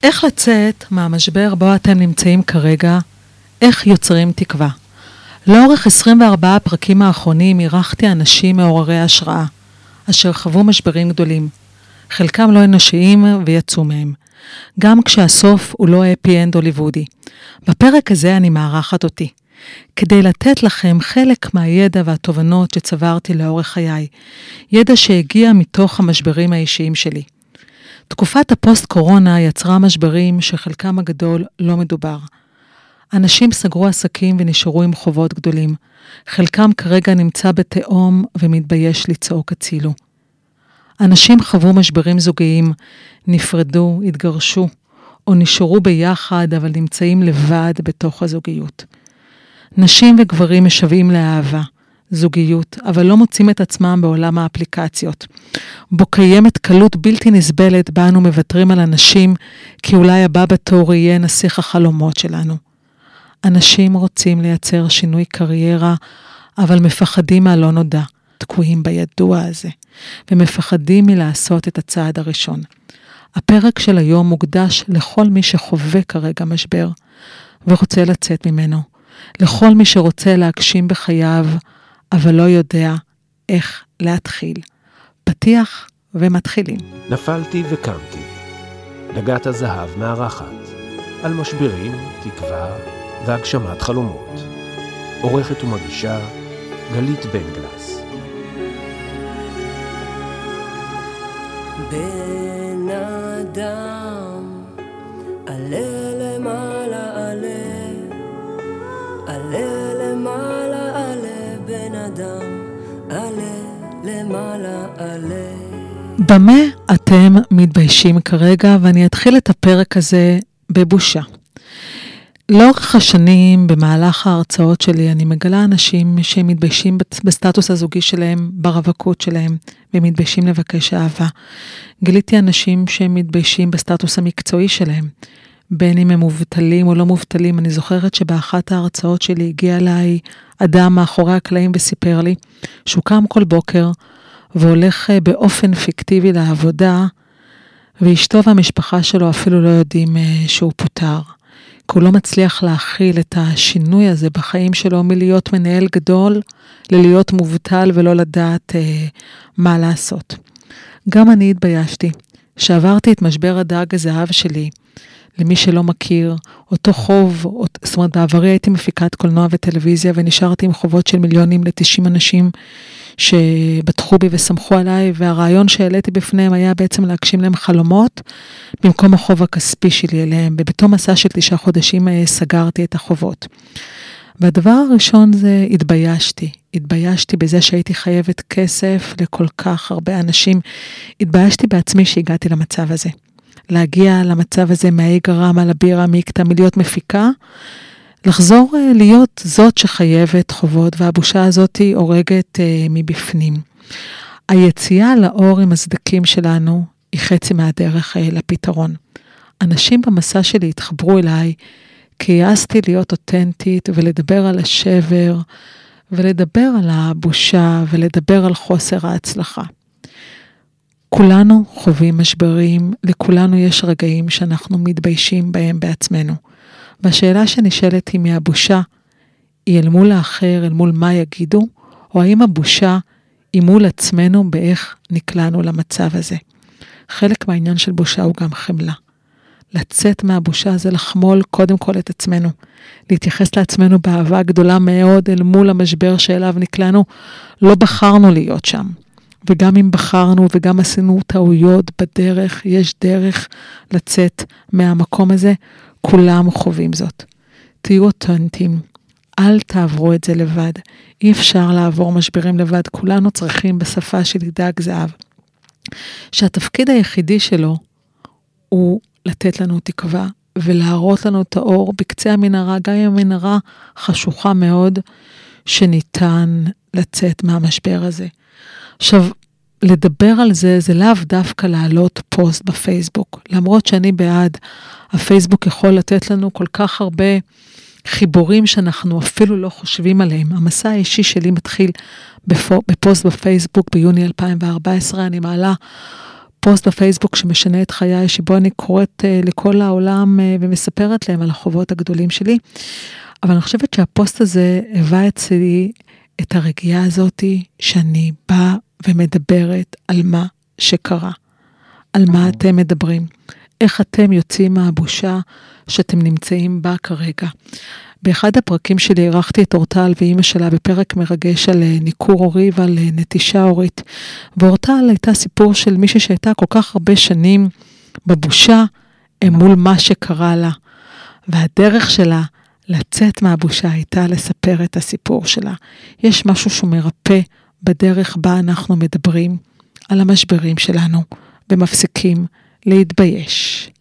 איך לצאת מהמשבר בו אתם נמצאים כרגע? איך יוצרים תקווה? לאורך 24 הפרקים האחרונים אירחתי אנשים מעוררי השראה, אשר חוו משברים גדולים. חלקם לא אנושיים ויצאו מהם. גם כשהסוף הוא לא אפי אנד הוליוודי. בפרק הזה אני מארחת אותי, כדי לתת לכם חלק מהידע והתובנות שצברתי לאורך חיי. ידע שהגיע מתוך המשברים האישיים שלי. תקופת הפוסט-קורונה יצרה משברים שחלקם הגדול לא מדובר. אנשים סגרו עסקים ונשארו עם חובות גדולים. חלקם כרגע נמצא בתאום ומתבייש לצעוק הצילו. אנשים חוו משברים זוגיים, נפרדו, התגרשו, או נשארו ביחד אבל נמצאים לבד בתוך הזוגיות. נשים וגברים משוועים לאהבה, זוגיות, אבל לא מוצאים את עצמם בעולם האפליקציות. בו קיימת קלות בלתי נסבלת בה אנו מוותרים על אנשים, כי אולי הבא בתור יהיה נסיך החלומות שלנו. אנשים רוצים לייצר שינוי קריירה, אבל מפחדים מהלא נודע, תקועים בידוע הזה, ומפחדים מלעשות את הצעד הראשון. הפרק של היום מוקדש לכל מי שחווה כרגע משבר, ורוצה לצאת ממנו. לכל מי שרוצה להגשים בחייו, אבל לא יודע איך להתחיל. פתיח ומתחילים. נפלתי וקמתי. נגעת זהב מארחת. על משברים, תקווה והגשמת חלומות. עורכת ומגישה גלית בן גלס. בן אדם, עלה למעלה עלה, עלה למעלה עלה, בן אדם, עלה למעלה עלה. במה אתם מתביישים כרגע? ואני אתחיל את הפרק הזה בבושה. לאורך השנים, במהלך ההרצאות שלי, אני מגלה אנשים שמתביישים בסטטוס הזוגי שלהם, ברווקות שלהם, ומתביישים לבקש אהבה. גיליתי אנשים שמתביישים בסטטוס המקצועי שלהם, בין אם הם מובטלים או לא מובטלים. אני זוכרת שבאחת ההרצאות שלי הגיע אליי אדם מאחורי הקלעים וסיפר לי שהוא קם כל בוקר והולך באופן פיקטיבי לעבודה, ואשתו והמשפחה שלו אפילו לא יודעים שהוא פוטר. כי הוא לא מצליח להכיל את השינוי הזה בחיים שלו מלהיות מנהל גדול, ללהיות מובטל ולא לדעת מה לעשות. גם אני התביישתי שעברתי את משבר הדג הזהב שלי, למי שלא מכיר, אותו חוב, זאת אומרת, בעברי הייתי מפיקת קולנוע וטלוויזיה, ונשארתי עם חובות של מיליונים ל-90 אנשים שבטחו בי וסמכו עליי, והרעיון שהעליתי בפניהם היה בעצם להגשים להם חלומות, במקום החוב הכספי שלי אליהם, ובתום מסע של 9 חודשים סגרתי את החובות. והדבר הראשון זה התביישתי בזה שהייתי חייבת כסף לכל כך הרבה אנשים, התביישתי בעצמי שהגעתי למצב הזה. להגיע למצב הזה מהאי גרם על הבירה מקטע מלהיות מפיקה, לחזור להיות זאת שחייבת חובות, והבושה הזאת הורגת מבפנים. היציאה לאור עם הסדקים שלנו היא חצי מהדרך לפתרון. אנשים במסע שלי התחברו אליי, כי יעשתי להיות אותנטית ולדבר על השבר, ולדבר על הבושה ולדבר על חוסר ההצלחה. כולנו חווים משברים, לכולנו יש רגעים שאנחנו מתביישים בהם בעצמנו. והשאלה שנשאלת היא מהבושה, היא אל מול האחר, אל מול מה יגידו, או האם הבושה היא מול עצמנו באיך נקלענו למצב הזה. חלק מהעניין של בושה הוא גם חמלה. לצאת מהבושה זה לחמול קודם כל את עצמנו, להתייחס לעצמנו באהבה גדולה מאוד אל מול המשבר שאליו נקלענו, לא בחרנו להיות שם. וגם אם בחרנו וגם עשינו טעויות בדרך, יש דרך לצאת מהמקום הזה, כולם חווים זאת. תהיו אותנטיים, אל תעברו את זה לבד. אי אפשר לעבור משברים לבד, כולנו צריכים בשפה של דג זהב. שהתפקיד היחידי שלו הוא לתת לנו תקווה, ולהראות לנו את האור בקצה המנהרה, גם אם המנהרה חשוכה מאוד, שניתן לצאת מהמשבר הזה. עכשיו, לדבר על זה, זה לאו דווקא להעלות פוסט בפייסבוק. למרות שאני בעד, הפייסבוק יכול לתת לנו כל כך הרבה חיבורים שאנחנו אפילו לא חושבים עליהם. המסע האישי שלי מתחיל בפוסט בפייסבוק ביוני 2014, אני מעלה פוסט בפייסבוק שמשנה את חיי, שבו אני קוראת לכל העולם ומספרת להם על החובות הגדולים שלי. אבל אני חושבת שהפוסט הזה הבא אצלי את הרגיעה הזאת שאני באה ומדברת על מה שקרה, על מה אתם מדברים, איך אתם יוצאים מהבושה שאתם נמצאים בה כרגע. באחד הפרקים שלי ערכתי את אורטל ואימא שלה בפרק מרגש על ניכור הורי ועל נטישה הורית. ואורטל הייתה סיפור של מישהי שהייתה כל כך הרבה שנים בבושה מול מה שקרה לה. והדרך שלה לצאת מהבושה הייתה לספר את הסיפור שלה. יש משהו שמרפא בדרך בה אנחנו מדברים על המשברים שלנו ומפסיקים להתבייש.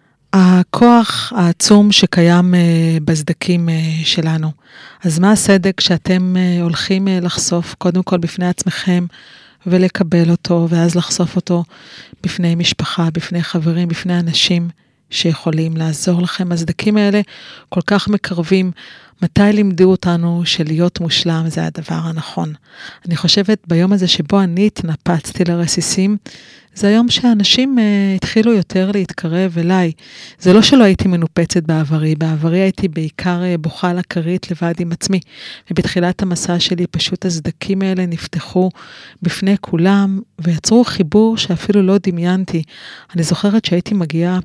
הכוח העצום שקיים בסדקים שלנו. אז מה הסדק שאתם הולכים לחשוף קודם כל בפני עצמכם ולקבל אותו, ואז לחשוף אותו בפני משפחה, בפני חברים, בפני אנשים שיכולים לעזור לכם. הסדקים האלה כל כך מקרבים. מתי לימדו אותנו שלהיות מושלם זה הדבר הנכון? אני חושבת ביום הזה שבו אני התנפצתי לרסיסים, זה היום שאנשים התחילו יותר להתקרב אליי. זה לא שלא הייתי מנופצת בעברי, בעברי הייתי בעיקר בוכה לכרית לבד עם עצמי. ובתחילת המסע שלי פשוט הסדקים האלה נפתחו בפני כולם, ויצרו חיבור שאפילו לא דמיינתי. אני זוכרת שהייתי מגיעה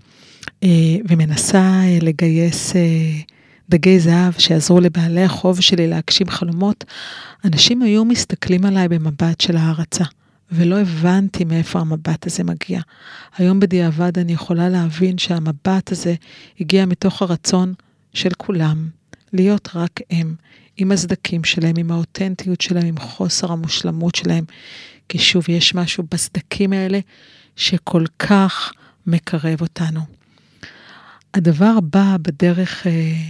ומנסה לגייס דגי זהב שיעזרו לבעלי החוב שלי להגשים חלומות. אנשים היו מסתכלים עליי במבט של הערצה. ולא הבנתי מאיפה המבט הזה מגיע. היום בדיעבד אני יכולה להבין שהמבט הזה הגיע מתוך הרצון של כולם, להיות רק הם, עם הסדקים שלהם, עם האותנטיות שלהם, עם חוסר המושלמות שלהם, כי שוב יש משהו בסדקים האלה שכל כך מקרב אותנו. הדבר הבא בדרך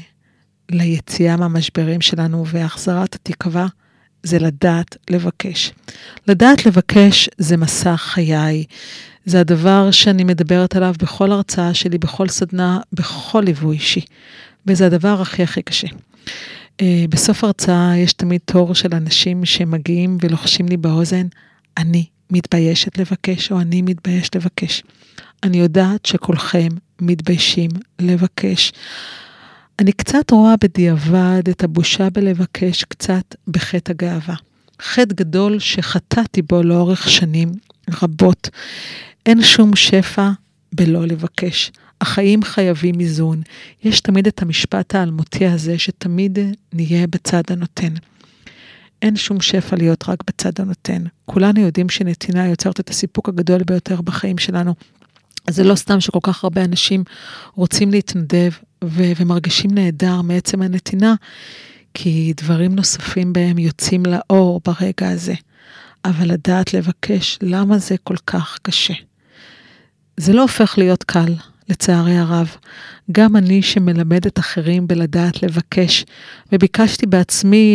ליציאה מהמשברים שלנו והחזרת התקווה, זה לדעת לבקש. לדעת לבקש זה מסע חיי. זה הדבר שאני מדברת עליו בכל הרצאה שלי, בכל סדנה, בכל ליווי אישי. וזה הדבר הכי הכי קשה. בסוף הרצאה יש תמיד תור של אנשים שמגיעים ולוחשים לי באוזן, אני מתביישת לבקש או אני מתבייש לבקש. אני יודעת שכולכם מתביישים לבקש. אני קצת רואה בדיעבד את הבושה בלבקש קצת בחטא הגאווה. חטא גדול שחטאתי בו לאורך שנים רבות. אין שום שפע בלא לבקש. החיים חייבים איזון. יש תמיד את המשפט האלמותי הזה שתמיד נהיה בצד הנותן. אין שום שפע להיות רק בצד הנותן. כולנו יודעים שנתינה יוצרת את הסיפוק הגדול ביותר בחיים שלנו. אז זה לא סתם שכל כך הרבה אנשים רוצים להתנדב ומרגישים נהדר מעצם הנתינה, כי דברים נוספים בהם יוצאים לאור ברגע הזה. אבל לדעת לבקש, למה זה כל כך קשה? זה לא הופך להיות קל, לצערי הרב. גם אני שמלמדת אחרים בלדעת לבקש, וביקשתי בעצמי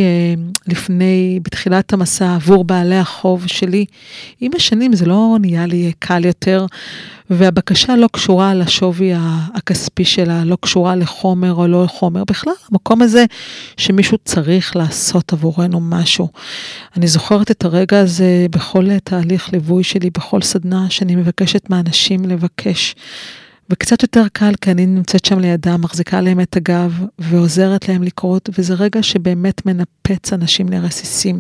בתחילת המסע עבור בעלי החוב שלי, עם השנים זה לא נהיה לי קל יותר, והבקשה לא קשורה לשווי הכספי שלה, לא קשורה לחומר או לא לחומר, בכלל המקום הזה שמישהו צריך לעשות עבורנו משהו. אני זוכרת את הרגע הזה בכל תהליך ליווי שלי, בכל סדנה שאני מבקשת מאנשים לבקש, וקצת יותר קל, כי אני נמצאת שם לידם, מחזיקה להם את הגב, ועוזרת להם לקרות, וזה רגע שבאמת מנפץ אנשים לרסיסים.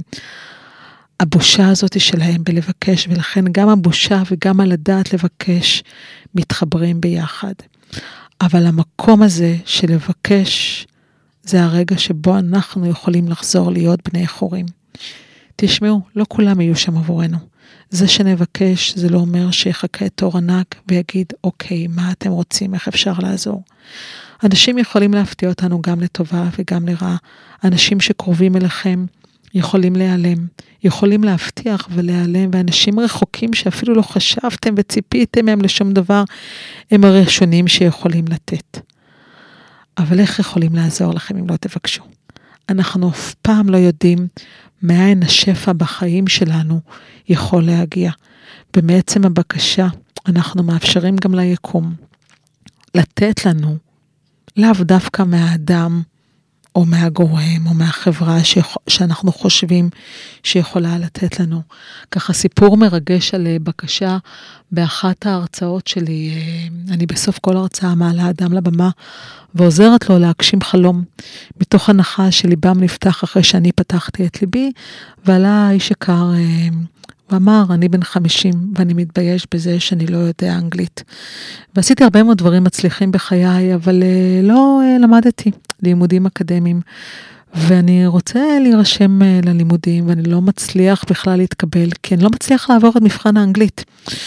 הבושה הזאת שלהם בלבקש, ולכן גם הבושה וגם הלדעת לבקש, מתחברים ביחד. אבל המקום הזה של לבקש, זה הרגע שבו אנחנו יכולים לחזור להיות בני חורים. תשמעו, לא כולם יהיו שם עבורנו. זה שנבקש, זה לא אומר שיחכה תור ענק ויגיד, אוקיי, מה אתם רוצים, איך אפשר לעזור? אנשים יכולים להפתיע אותנו גם לטובה וגם לרעה. אנשים שקרובים אליכם יכולים להיעלם, יכולים להבטיח ולהיעלם, ואנשים רחוקים שאפילו לא חשבתם וציפיתם מהם לשום דבר, הם הראשונים שיכולים לתת. אבל איך יכולים לעזור לכם אם לא תבקשו? אנחנו אף פעם לא יודעים מאין השפע בחיים שלנו יכול להגיע. במעצם הבקשה, אנחנו מאפשרים גם ליקום לתת לנו, לאו דווקא מהאדם או מהגורם, או מהחברה שאנחנו חושבים שיכולה לתת לנו. ככה סיפור מרגש על בקשה באחת ההרצאות שלי. אני בסוף כל הרצאה מעלה אדם לבמה, ועוזרת לו להגשים חלום, מתוך הנחה שליבם נפתח אחרי שאני פתחתי את ליבי, ועלה איש יקר ואמר, אני בן 50 ואני מתבייש בזה שאני לא יודע אנגלית. ועשיתי הרבה מאוד דברים מצליחים בחיי, אבל לא למדתי לימודים אקדמיים. ואני רוצה להירשם ללימודים, ואני לא מצליח בכלל להתקבל, כי אני לא מצליח לעבור את מבחן האנגלית.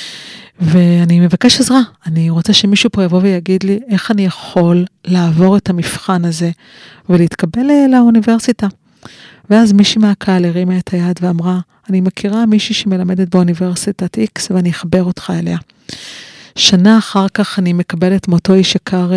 ואני מבקש עזרה. אני רוצה שמישהו פה יבוא ויגיד לי, איך אני יכול לעבור את המבחן הזה, ולהתקבל לאוניברסיטה. ואז מישהי מהקהל הרימה את היד ואמרה, אני מכירה מישהי שמלמדת באוניברסיטת X, ואני אחבר אותך אליה. שנה אחר כך אני מקבלת מאותו איש יקר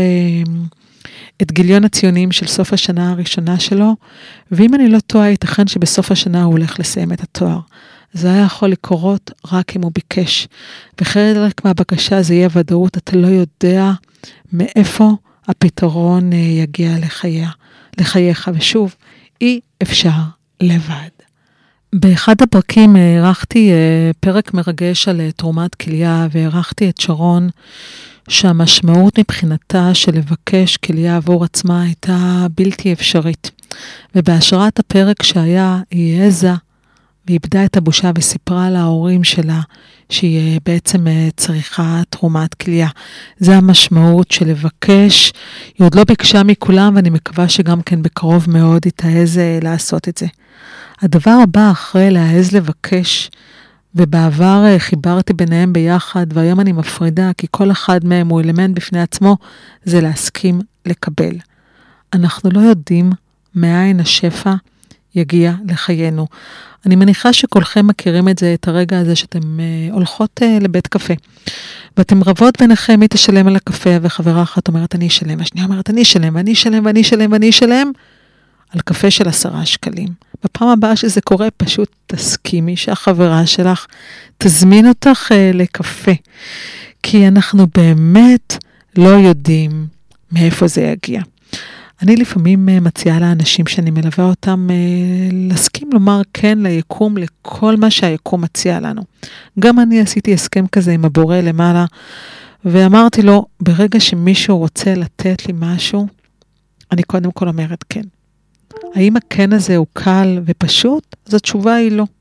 את גיליון הציונים של סוף השנה הראשונה שלו, ואם אני לא טועה, ייתכן שבסוף השנה הוא הולך לסיים את התואר. זה היה יכול לקרות רק אם הוא ביקש. וחלק מהבקשה זה יהיה ודאות, אתה לא יודע מאיפה הפתרון יגיע לחייך, ושוב, אי אפשר לבד. באחד הפרקים ערכתי פרק מרגש על תרומת כליה, וערכתי את שרון, שהמשמעות מבחינתה של לבקש כליה עבור עצמה הייתה בלתי אפשרית. ובהשראת הפרק שהיה, היא העזה, ואיבדה את הבושה וסיפרה להורים שלה, שהיא בעצם צריכה תרומת כליה. זה המשמעות של לבקש. היא עוד לא ביקשה מכולם, ואני מקווה שגם כן בקרוב מאוד היא תעז לעשות את זה. הדבר הבא אחרי להעז לבקש, ובעבר חיברתי ביניהם ביחד, והיום אני מפרידה, כי כל אחד מהם הוא אלמנט בפני עצמו, זה להסכים לקבל. אנחנו לא יודעים מאין השפע יגיע לחיינו. אני מניחה שכולכם מכירים את זה, את הרגע הזה שאתם הולכות לבית קפה, ואתם רבות ביניכם מי תשלם על הקפה, וחברה אחת אומרת אני אשלם, והשנייה אומרת אני אשלם, ואני אשלם, ואני אשלם, ואני אשלם, על קפה של 10 שקלים. בפעם הבאה שזה קורה, פשוט תסכימי שהחברה שלך תזמין אותך לקפה, כי אנחנו באמת לא יודעים מאיפה זה יגיע. אני לפעמים מציעה לאנשים שאני מלווה אותם להסכים לומר כן ליקום, לכל מה שהיקום מציע לנו. גם אני עשיתי הסכם כזה עם הבורא למעלה, ואמרתי לו, ברגע שמישהו רוצה לתת לי משהו, אני קודם כל אומרת כן. האם הכן הזה הוא קל ופשוט? אז התשובה היא לא.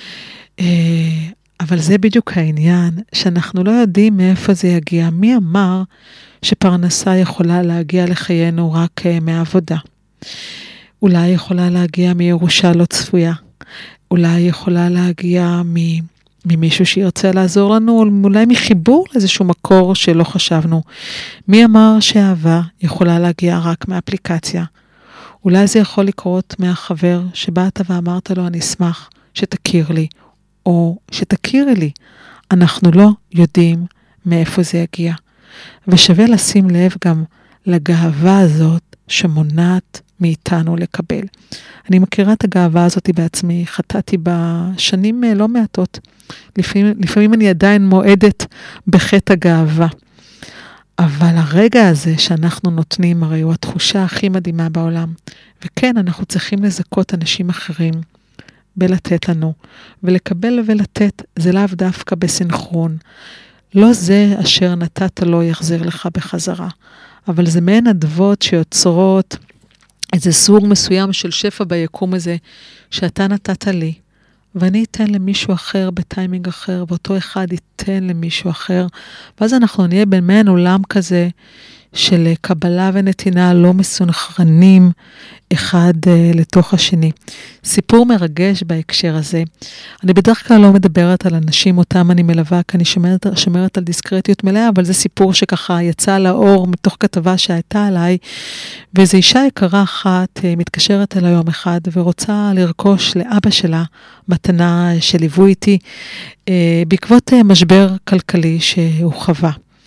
אבל זה בדיוק העניין, שאנחנו לא יודעים מאיפה זה יגיע. מי אמר שפרנסה יכולה להגיע לחיינו רק מהעבודה? אולי יכולה להגיע מירושה לא צפויה. אולי יכולה להגיע ממישהו שירצה לעזור לנו, או אולי מחיבור לאיזשהו מקור שלא חשבנו. מי אמר שאהבה יכולה להגיע רק מאפליקציה? אולי זה יכול לקרות מהחבר שבאת ואמרת לו, אני אשמח שתכיר לי, או שתכירי לי. אנחנו לא יודעים מאיפה זה יגיע. ושווה לשים לב גם לגאווה הזאת שמונעת מאיתנו לקבל. אני מכירה את הגאווה הזאת בעצמי, חטאתי בשנים לא מעטות. לפעמים אני עדיין מועדת בחטא הגאווה. אבל הרגע הזה שאנחנו נותנים, הרי הוא התחושה הכי מדהימה בעולם. וכן, אנחנו צריכים לזכות אנשים אחרים בלתת לנו. ולקבל ולתת זה לאו דווקא בסנכרון. לא זה אשר נתת לו יחזיר לך בחזרה. אבל זה מעין אדוות שיוצרות איזה סוג מסוים של שפע ביקום הזה, שאתה נתת לי. ואני אתן למישהו אחר בטיימינג אחר, ואותו אחד ייתן למישהו אחר, ואז אנחנו נהיה במעין עולם כזה, של קבלה ונתינה לא מסונכרנים אחד לתוך השני. סיפור מרגש בהקשר הזה. אני בדרך כלל לא מדברת על אנשים אותם אני מלווה, כי אני שומרת על דיסקרטיות מלאה, אבל זה סיפור שככה יצא לאור מתוך כתבה שהייתה עליי, ואיזו אישה יקרה אחת מתקשרת אליי יום אחד, ורוצה לרכוש לאבא שלה מתנה שליוו איתי, בעקבות משבר כלכלי שהוא חווה.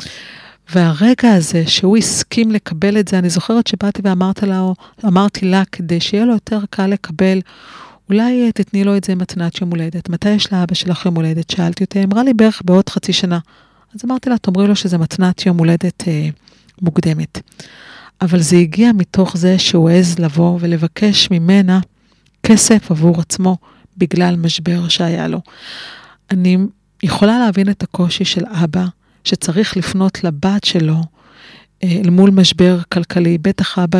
והרגע הזה שהוא הסכים לקבל את זה, אני זוכרת שבאתי ואמרתי לה, כדי שיהיה לו יותר קל לקבל, אולי תתני לו את זה מתנת יום הולדת. מתי יש לאבא שלך יום הולדת? שאלתי אותה, אמרה לי בערך בעוד חצי שנה. אז אמרתי לה, תאמרי לו שזה מתנת יום הולדת מוקדמת. אבל זה הגיע מתוך זה שהוא העז לבוא ולבקש ממנה כסף עבור עצמו, בגלל משבר שהיה לו. אני יכולה להבין את הקושי של אבא, שצריך לפנות לבת שלו, אל מול משבר כלכלי, בטח אבא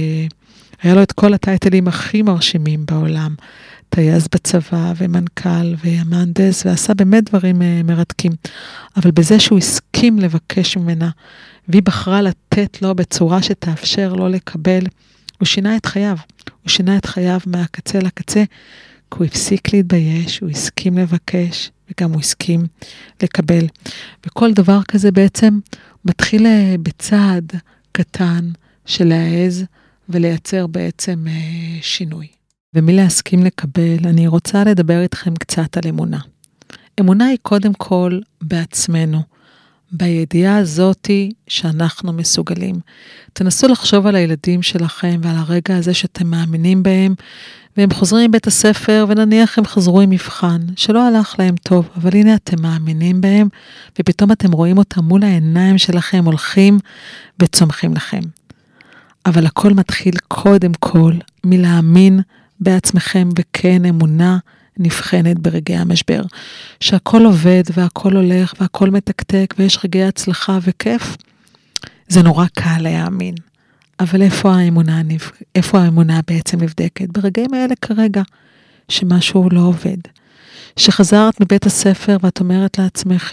שהיה לו את כל הטייטלים הכי מרשימים בעולם, טייס בצבא ומנכ"ל ומהנדס, ועשה באמת דברים מרתקים. אבל בזה שהוא הסכים לבקש ממנה, והיא בחרה לתת לו בצורה שתאפשר לו לקבל, הוא שינה את חייו. הוא שינה את חייו מהקצה לקצה, כי הוא הפסיק להתבייש, הוא הסכים לבקש, וגם הוא הסכים לקבל. וכל דבר כזה בעצם מתחיל בצעד קטן של להעז ולייצר בעצם שינוי. ומי להסכים לקבל, אני רוצה לדבר איתכם קצת על אמונה. אמונה היא קודם כל בעצמנו, בידיעה הזאת שאנחנו מסוגלים. תנסו לחשוב על הילדים שלכם ועל הרגע הזה שאתם מאמינים בהם, והם חוזרים מבית הספר, ונניח הם חזרו עם מבחן, שלא הלך להם טוב, אבל הנה אתם מאמינים בהם, ופתאום אתם רואים אותם מול העיניים שלכם, הולכים וצומחים לכם. אבל הכל מתחיל קודם כל מלהאמין בעצמכם, וכן אמונה נבחנת ברגעי המשבר. שהכל עובד והכל הולך והכל מתקתק ויש רגעי הצלחה וכיף, זה נורא קל להאמין. אבל איפה האמונה בעצם נבדקת? ברגעים האלה כרגע, שמשהו לא עובד. שחזרת מבית הספר ואת אומרת לעצמך,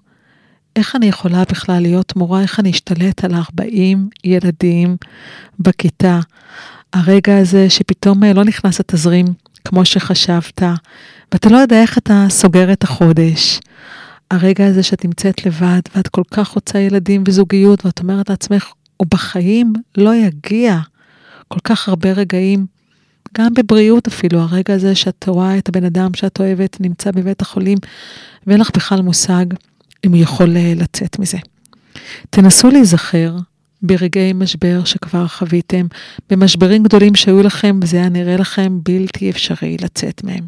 איך אני יכולה בכלל להיות מורה? איך אני אשתלט על 40 ילדים בכיתה? הרגע הזה שפתאום לא נכנס התזרים כמו שחשבת, ואתה לא יודע איך אתה סוגר את החודש. הרגע הזה שאת נמצאת לבד, ואת כל כך רוצה ילדים וזוגיות, ואת אומרת לעצמך, הוא בחיים לא יגיע. כל כך הרבה רגעים, גם בבריאות אפילו, הרגע הזה שאת רואה את הבן אדם שאת אוהבת, נמצא בבית החולים, ואין לך בכלל מושג אם הוא יכול לצאת מזה. תנסו להיזכר ברגעי משבר שכבר חוויתם, במשברים גדולים שהיו לכם, וזה היה נראה לכם בלתי אפשרי לצאת מהם.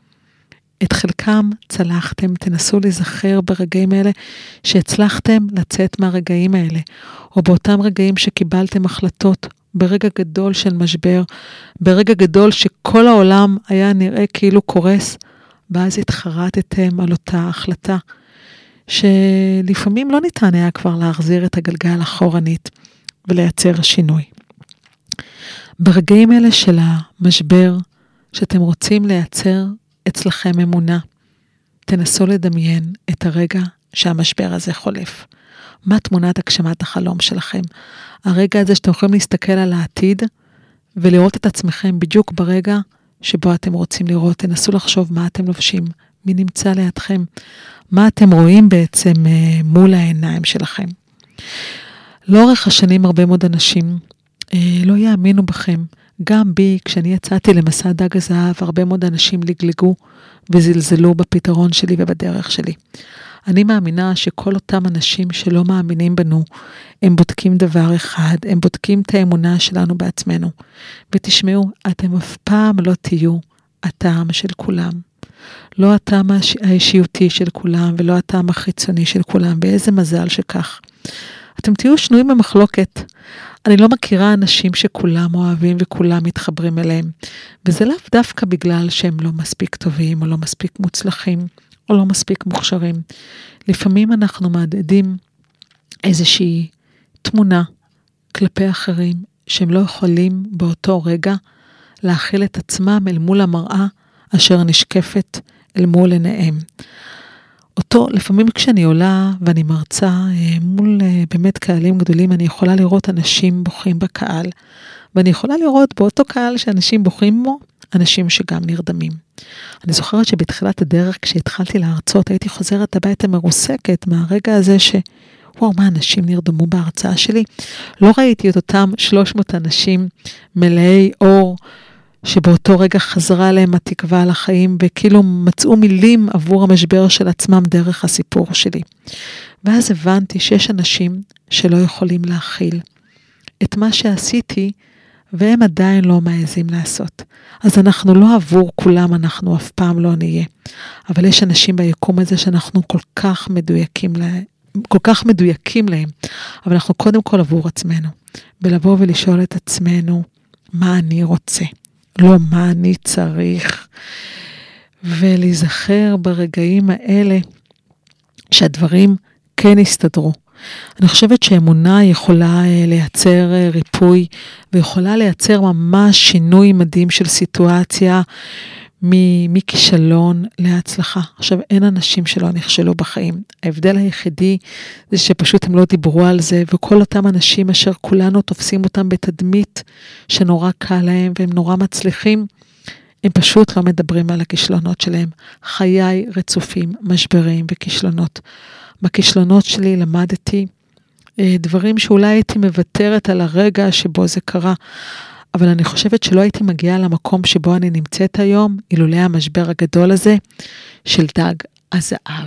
את חלקם צלחתם, תנסו להיזכר ברגעים האלה שהצלחתם לצאת מהרגעים האלה, או באותם רגעים שקיבלתם החלטות ברגע גדול של משבר, ברגע גדול שכל העולם היה נראה כאילו קורס, ואז התחרטתם על אותה החלטה, שלפעמים לא ניתן היה כבר להחזיר את הגלגל אחורנית ולייצר שינוי. ברגעים האלה של המשבר, שאתם רוצים לייצר אצלכם אמונה, תנסו לדמיין את הרגע שהמשבר הזה חולף. מה תמונת הגשמת החלום שלכם? הרגע הזה שאתם יכולים להסתכל על העתיד, ולראות את עצמכם בדיוק ברגע שבו אתם רוצים לראות. תנסו לחשוב מה אתם לובשים, מי נמצא לידכם, מה אתם רואים בעצם מול העיניים שלכם. לאורך השנים הרבה מאוד אנשים לא יאמינו בכם. גם בי, כשאני יצאתי למסע דג הזהב, הרבה מאוד אנשים לגלגו וזלזלו בפתרון שלי ובדרך שלי. אני מאמינה שכל אותם אנשים שלא מאמינים בנו, הם בודקים דבר אחד, הם בודקים את האמונה שלנו בעצמנו. ותשמעו, אתם אף פעם לא תהיו הטעם של כולם. לא הטעם האישיותי של כולם, ולא הטעם החיצוני של כולם, ואיזה מזל שכך. אתם תהיו שנויים במחלוקת. אני לא מכירה אנשים שכולם אוהבים וכולם מתחברים אליהם. וזה לאו דווקא בגלל שהם לא מספיק טובים, או לא מספיק מוצלחים, או לא מספיק מוכשרים. לפעמים אנחנו מעדדים איזושהי תמונה כלפי אחרים, שהם לא יכולים באותו רגע להכיל את עצמם אל מול המראה, אשר נשקפת אל מול עיניהם. לפעמים כשאני עולה ואני מרצה מול באמת קהלים גדולים, אני יכולה לראות אנשים בוכים בקהל, ואני יכולה לראות באותו קהל שאנשים בוכים בו, אנשים שגם נרדמים. אני זוכרת שבתחילת הדרך, כשהתחלתי להרצות, הייתי חוזרת הביתה מרוסקת מהרגע הזה וואו, מה אנשים נרדמו בהרצאה שלי? לא ראיתי את אותם 300 אנשים מלאי אור, שבאותו רגע חזרה עליהם התקווה על החיים, וכאילו מצאו מילים עבור המשבר של עצמם דרך הסיפור שלי. ואז הבנתי שיש אנשים שלא יכולים להכיל את מה שעשיתי, והם עדיין לא מעזים לעשות. אז אנחנו לא עבור כולם, אנחנו אף פעם לא נהיה. אבל יש אנשים ביקום הזה שאנחנו כל כך מדויקים כל כך מדויקים להם, אבל אנחנו קודם כל עבור עצמנו, בלבוא ולשאול את עצמנו, מה אני רוצה, לא מה אני צריך, ולהיזכר ברגעים האלה, שהדברים כן יסתדרו. אני חושבת שאמונה יכולה לייצר ריפוי, ויכולה לייצר ממש שינוי מדהים של סיטואציה, מכישלון להצלחה. עכשיו, אין אנשים שלא נכשלו בחיים. ההבדל היחידי זה שפשוט הם לא דיברו על זה, וכל אותם אנשים אשר כולנו תופסים אותם בתדמית, שנורא קל להם והם נורא מצליחים, הם פשוט לא מדברים על הכישלונות שלהם. חיי רצופים, משברים וכישלונות. בכישלונות שלי למדתי דברים שאולי הייתי מוותרת על הרגע שבו זה קרה, אבל אני חושבת שלא הייתי מגיעה למקום שבו אני נמצאת היום, אילולא המשבר הגדול הזה של דג הזהב.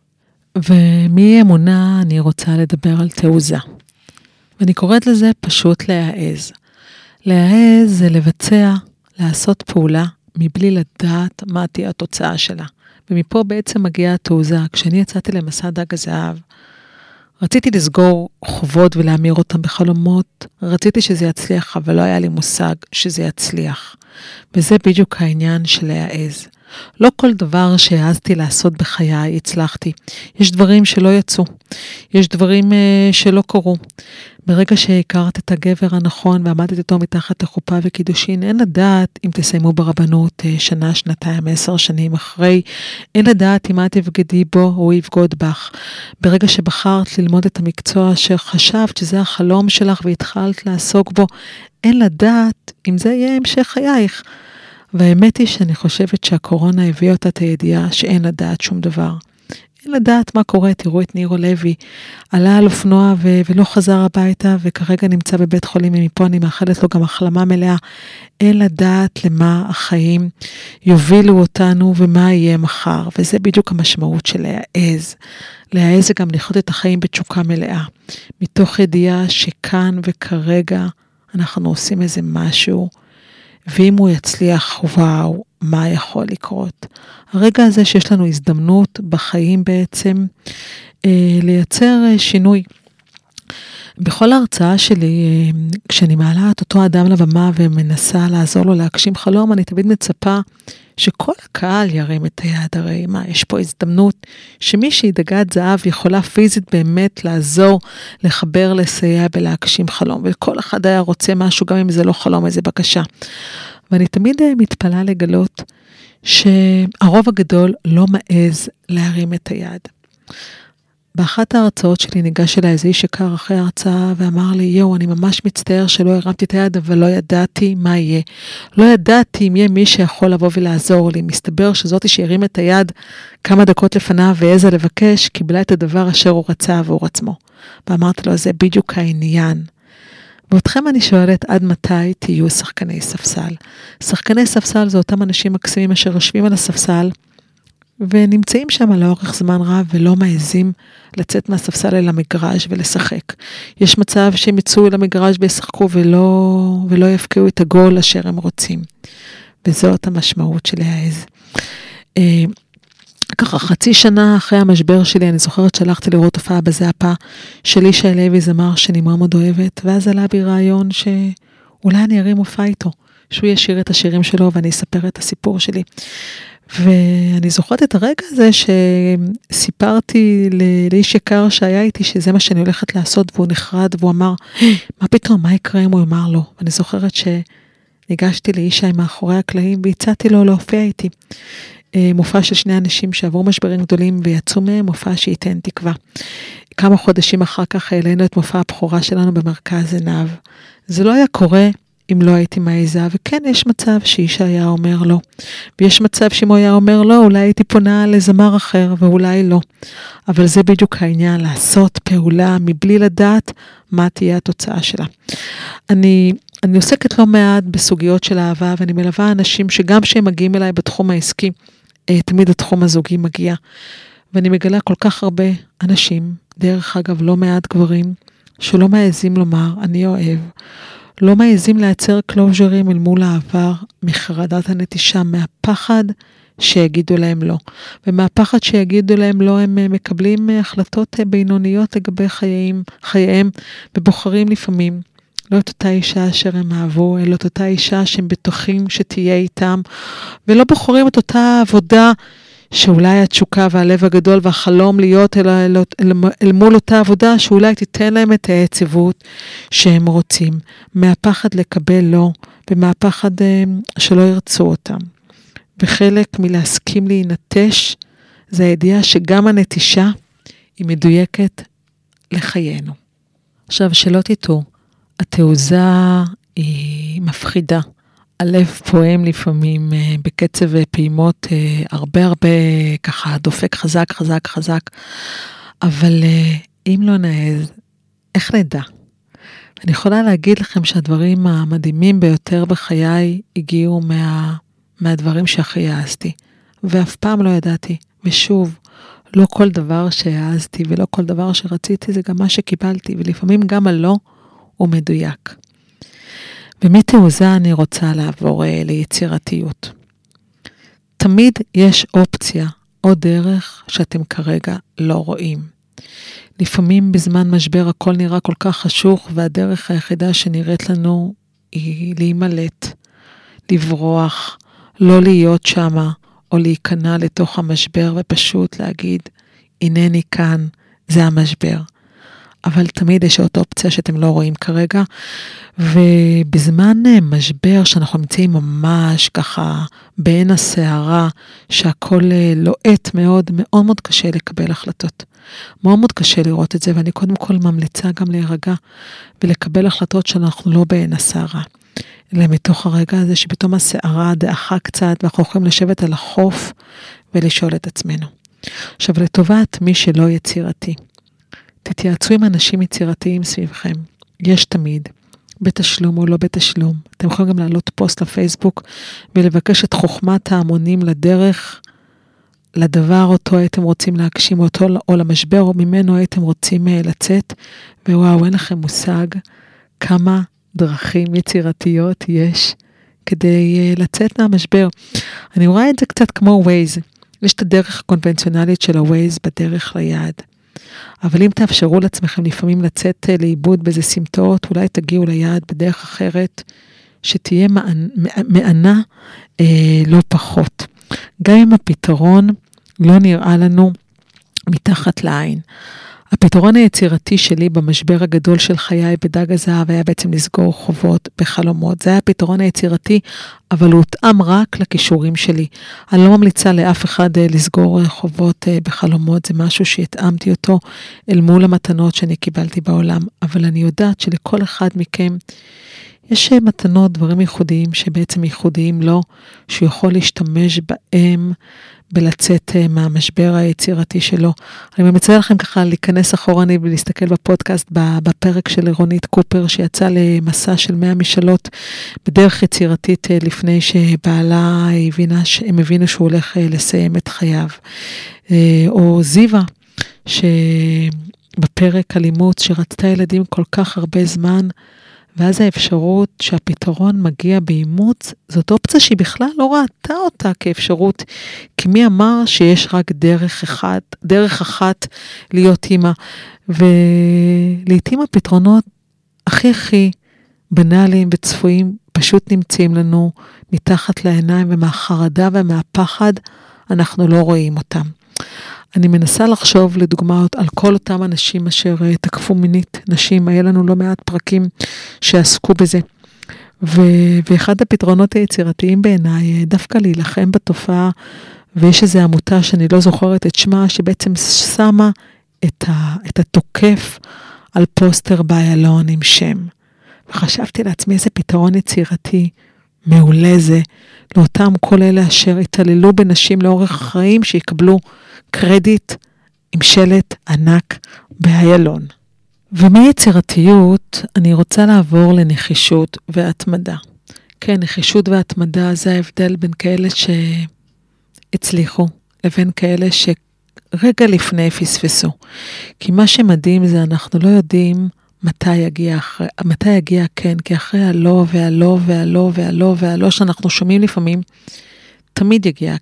ומאמונה אני רוצה לדבר על תעוזה. ואני קוראת לזה פשוט להעז. להעז זה לבצע, לעשות פעולה, מבלי לדעת מה תהיה התוצאה שלה. ומפה בעצם מגיעה התעוזה. כשאני יצאתי למסע דג הזהב, רציתי לסגור חובות ולהמיר אותם בחלומות, רציתי שזה יצליח, אבל לא היה לי מושג שזה יצליח. וזה בדיוק העניין של להעז. לא כל דבר שהעזתי לעשות בחיי הצלחתי. יש דברים שלא יצאו. יש דברים שלא קרו. ברגע שהכרת את הגבר הנכון ועמדת איתו מתחת לחופה וקידושין, אין לדעת אם תסיימו ברבנות שנה, שנתיים, 10 שנים אחרי. אין לדעת אם את תבגדי בו או הוא יבגוד בך. ברגע שבחרת ללמוד את המקצוע שחשבת שזה החלום שלך והתחלת לעסוק בו, אין לדעת אם זה יהיה המשך חייך. והאמת היא שאני חושבת שהקורונה הביאה אותה את הידיעה שאין לדעת שום דבר. אין לדעת מה קורה, תראו את נירו לוי, עלה על אופנוע ולא חזר הביתה, וכרגע נמצא בבית חולים, ומפה אני מאחלת לו גם החלמה מלאה. אין לדעת למה החיים יובילו אותנו, ומה יהיה מחר, וזה בדיוק המשמעות של להעז. להעז זה גם לחיות את החיים בתשוקה מלאה, מתוך ידיעה שכאן וכרגע אנחנו עושים איזה משהו, ואם הוא יצליח, וואו, מה יכול לקרות? הרגע הזה שיש לנו הזדמנות בחיים בעצם לייצר שינוי. בכל ההרצאה שלי, כשאני מעלה את אותו אדם לבמה ומנסה לעזור לו להגשים חלום, אני תמיד מצפה שכל הקהל ירים את היד. הרי מה, יש פה הזדמנות שמישהי דגת זהב יכולה פיזית באמת לעזור, לחבר, לסייע ולהגשים חלום. וכל אחד היה רוצה משהו, גם אם זה לא חלום, איזה בקשה. ואני תמיד מתפלאה לגלות שהרוב הגדול לא מעז להרים את היד. באחת ההרצאות שלי ניגש אליי איזה איש יקר אחרי ההרצאה ואמר לי, יו, אני ממש מצטער שלא הרמתי את היד, אבל לא ידעתי מה יהיה. לא ידעתי אם יהיה מי שיכול לבוא ולעזור לי. מסתבר שזאתי שהרים את היד כמה דקות לפניו והעזה לבקש, קיבלה את הדבר אשר הוא רצה עבור עצמו. ואמרתי לו, זה בדיוק העניין. ואותכם אני שואלת, עד מתי תהיו שחקני ספסל? שחקני ספסל זה אותם אנשים מקסימים אשר יושבים על הספסל, ונמצאים שם לאורך זמן רב, ולא מעזים לצאת מהספסל אל המגרש ולשחק. יש מצב שהם יצאו אל המגרש וישחקו, ולא יפקעו את הגול אשר הם רוצים. וזאת המשמעות של להעז. ככה, חצי שנה אחרי המשבר שלי, אני זוכרת שהלכתי לראות הופעה בזאפה, של ישי לוי זמר שאני מאוד אוהבת, ואז עלה בי רעיון שאולי אני ארים הופעה איתו, שהוא ישיר את השירים שלו, ואני אספר את הסיפור שלי. ואני זוכרת את הרגע הזה שסיפרתי לאיש יקר שהיה איתי, שזה מה שאני הולכת לעשות, והוא נחרד, והוא אמר, מה פתאום, מה יקרה אם הוא אמר לו? ואני זוכרת שניגשתי לאישה מאחורי הקלעים, והצעתי לו להופיע איתי. מופע של 2 אנשים שעברו משברים גדולים, ויצאו מהם מופע שייתן תקווה. כמה חודשים אחר כך העלינו את מופע הבכורה שלנו במרכז עיניו. זה לא היה קורה אם לא הייתי מעיזה, וכן יש מצב שאישה היה אומר לא, ויש מצב שאם הוא היה אומר לא, אולי הייתי פונה לזמר אחר, ואולי לא. אבל זה בדיוק העניין, לעשות פעולה מבלי לדעת מה תהיה התוצאה שלה. אני עוסקת לא מעט בסוגיות של אהבה, ואני מלווה אנשים שגם שהם מגיעים אליי בתחום העסקי, תמיד התחום הזוגי מגיע, ואני מגלה כל כך הרבה אנשים, דרך אגב לא מעט גברים, שלא מעזים לומר, אני אוהב, לא מעזים לייצר קלוז'רים אל מול העבר, מחרדת הנטישה, מהפחד שיגידו להם לא. ומהפחד שיגידו להם לא, הם מקבלים החלטות בינוניות לגבי חייהם, ובוחרים לפעמים לא את אותה אישה אשר הם אהבו, אלא את אותה אישה שהם בטוחים שתהיה איתם, ולא בוחרים את אותה עבודה שאולי התשוקה והלב הגדול והחלום להיות אל מול אותה עבודה, שאולי תיתן להם את היציבות שהם רוצים, מהפחד לקבל לא, ומהפחד שלא ירצו אותם. וחלק מלהסכים להינטש, זה הידיעה שגם הנטישה היא מדויקת לחיינו. עכשיו, שלא תטעו, התעוזה היא מפחידה. הלב פועם לפעמים בקצב פעימות הרבה ככה דופק חזק, אבל אם לא נעז, איך נדע? אני יכולה להגיד לכם שהדברים המדהימים ביותר בחיי הגיעו מהדברים שהכי העזתי, ואף פעם לא ידעתי, ושוב, לא כל דבר שהעזתי ולא כל דבר שרציתי זה גם מה שקיבלתי, ולפעמים גם הלא הוא מדויק. ומתעוזה אני רוצה לעבור ליצירתיות. תמיד יש אופציה או דרך שאתם כרגע לא רואים. לפעמים בזמן משבר הכל נראה כל כך חשוך, והדרך היחידה שנראית לנו היא להימלט, לברוח, לא להיות שמה, או להיכנע לתוך המשבר ופשוט להגיד, הנני כאן, זה המשבר. אבל תמיד יש עוד אופציה שאתם לא רואים כרגע, ובזמן משבר שאנחנו נמצאים ממש ככה בין הסערה, שהכל לוט מאוד, מאוד מאוד קשה לקבל החלטות. מאוד מאוד קשה לראות את זה, ואני קודם כל ממליצה גם להירגע, ולקבל החלטות שאנחנו לא בין הסערה. אלא מתוך הרגע הזה שפתאום הסערה דעכה קצת, ואנחנו יכולים לשבת על החוף, ולשאול את עצמנו. עכשיו לטובת מי שלא יצירתי, תתייעצו עם אנשים יצירתיים סביבכם. יש תמיד, בתשלום או לא בתשלום. אתם יכולים גם לעלות פוסט לפייסבוק, ולבקש את חוכמת ההמונים לדרך, לדבר אותו הייתם רוצים להגשים, או למשבר, או ממנו הייתם רוצים לצאת, ווואו, אין לכם מושג כמה דרכים יצירתיות יש, כדי לצאת מהמשבר. אני רואה את זה קצת כמו ווייז. יש את הדרך הקונבנציונלית של הווייז בדרך ליעד. אבל אם תאפשרו לעצמכם לפעמים לצאת לאיבוד באיזה סמטאות, אולי תגיעו ליעד בדרך אחרת, שתהיה מענה לא פחות. גם אם הפתרון לא נראה לנו מתחת לעין. הפתרון היצירתי שלי במשבר הגדול של חיי בדג הזהב היה בעצם לסגור חובות בחלומות. זה היה הפתרון היצירתי, אבל הוא הותאם רק לכישורים שלי. אני לא ממליצה לאף אחד לסגור חובות בחלומות, זה משהו שהתאמתי אותו אל מול המתנות שאני קיבלתי בעולם. אבל אני יודעת שלכל אחד מכם יש מתנות, דברים ייחודיים שבעצם ייחודיים לו, שהוא יכול להשתמש בהם בלצאת מהמשבר היצירתי שלו. אני ממליצה לכם ככה להיכנס אחורני ולהסתכל בפודקאסט בפרק של רונית קופר שיצא למסע של 100 משאלות בדרך יצירתית לפני שבעלה הם הבינו שהוא הולך לסיים את חייו. או זיווה שבפרק אלימות שרצתה ילדים כל כך הרבה זמן, ואז האפשרות שהפתרון מגיע באימוץ, זאת אופציה שהיא בכלל לא ראתה אותה כאפשרות, כי מי אמר שיש רק דרך אחת להיות אימא, ולעיתים הפתרונות הכי בנאליים וצפויים, פשוט נמצאים לנו מתחת לעיניים, ומהחרדה ומהפחד, אנחנו לא רואים אותם. אני מנסה לחשוב לדוגמאות על כל אותם אנשים אשר תקפו מינית נשים, היה לנו לא מעט פרקים שעסקו בזה, ואחד הפתרונות היצירתיים בעיניי, דווקא להילחם בתופעה, ויש איזו עמותה שאני לא זוכרת את שמה, שבעצם שמה את התוקף על פוסטר באיילון עם שם, וחשבתי לעצמי איזה פתרון יצירתי, מעולה זה, לאותם כל אלה אשר התעללו בנשים לאורך החיים, שיקבלו קרדיט עם שלט ענק באיילון. ומיצירתיות אני רוצה לעבור לנחישות והתמדה. כן, נחישות והתמדה זה ההבדל בין כאלה שהצליחו, לבין כאלה שרגע לפני פספסו. כי מה שמדהים זה אנחנו לא יודעים מתי יגיע כן, כי אחרי הלא והלא והלא והלא והלא שאנחנו שומעים לפעמים, תמיד יגיע כן.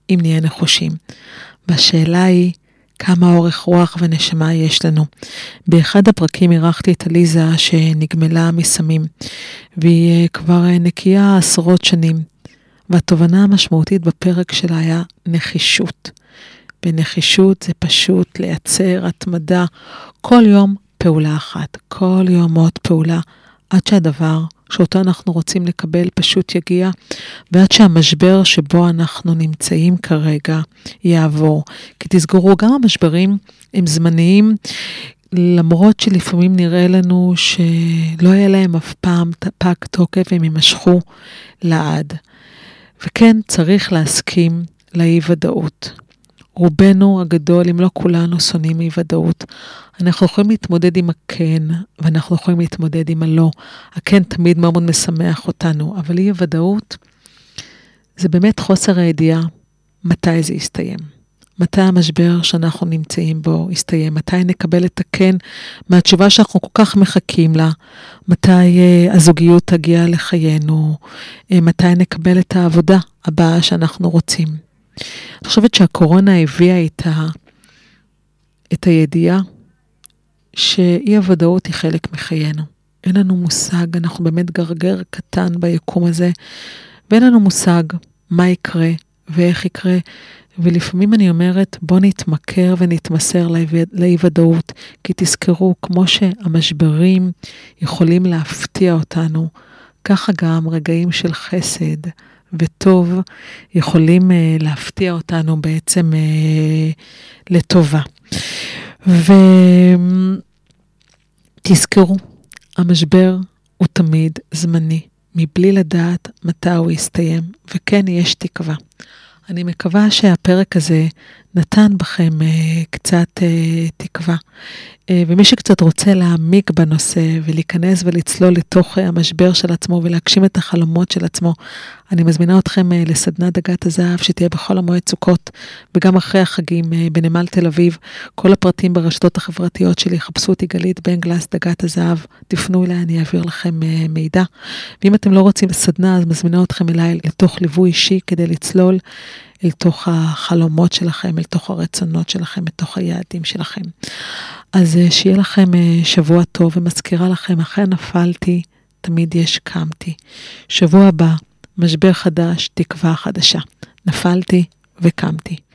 אם נהיה נחושים. והשאלה היא, כמה אורך רוח ונשמה יש לנו. באחד הפרקים אירחתי את אליזה שנגמלה מסמים, והיא כבר נקייה עשרות שנים. והתובנה המשמעותית בפרק שלה היה נחישות. בנחישות זה פשוט לייצר התמדה, כל יום פעולה אחת, כל יום עוד פעולה, עד שהדבר שאותו אנחנו רוצים לקבל פשוט יגיע, ועד שהמשבר שבו אנחנו נמצאים כרגע יעבור. כי תסגרו, גם המשברים הם זמניים, למרות שלפעמים נראה לנו שלא יהיה להם אף פעם פג תוקף, הם יימשכו לעד. וכן, צריך להסכים לאי ודאות. רובנו הגדול, אם לא כולנו, שונאים אי ודאות. אנחנו יכולים להתמודד עם הכן, ואנחנו יכולים להתמודד עם הלא. הכן תמיד מאוד מאוד משמח אותנו, אבל אי ודאות זה באמת חוסר הידיעה מתי זה יסתיים. מתי המשבר שאנחנו נמצאים בו יסתיים, מתי נקבל את הכן מהתשובה שאנחנו כל כך מחכים לה, מתי הזוגיות תגיע לחיינו, מתי נקבל את העבודה הבאה שאנחנו רוצים. אני חושבת שהקורונה הביאה איתה את הידיעה שאי הוודאות היא חלק מחיינו. אין לנו מושג, אנחנו באמת גרגר קטן ביקום הזה, ואין לנו מושג מה יקרה ואיך יקרה, ולפעמים אני אומרת, בוא נתמכר ונתמסר לאי ודאות, כי תזכרו, כמו שהמשברים יכולים להפתיע אותנו, ככה גם רגעים של חסד וטוב יכולים להפתיע אותנו בעצם לטובה. ותזכרו, המשבר הוא תמיד זמני, מבלי לדעת מתי הוא יסתיים, וכן יש תקווה. אני מקווה שהפרק הזה נתן בכם קצת תקווה, ומי שקצת רוצה להעמיק בנושא ולהיכנס ולצלול לתוך המשבר של עצמו ולהגשים את החלומות של עצמו, אני מזמינה אתכם לסדנת דגת הזהב שתהיה בכל המועד סוכות, וגם אחרי החגים בנמל תל אביב. כל הפרטים ברשתות החברתיות שלי, חפשו אותי גלית בן גלס דגת הזהב, תפנו אליי, אני אעביר לכם מידע. ואם אתם לא רוצים לסדנה, אז מזמינה אתכם אליי לתוך ליווי אישי כדי לצלול אל תוך החלומות שלכם, אל תוך הרצונות שלכם, אל תוך היעדים שלכם. אז שיהיה לכם שבוע טוב, ומזכירה לכם, אחרי נפלתי, תמיד יש קמתי. שבוע הבא, משבר חדש, תקווה חדשה. נפלתי וקמתי.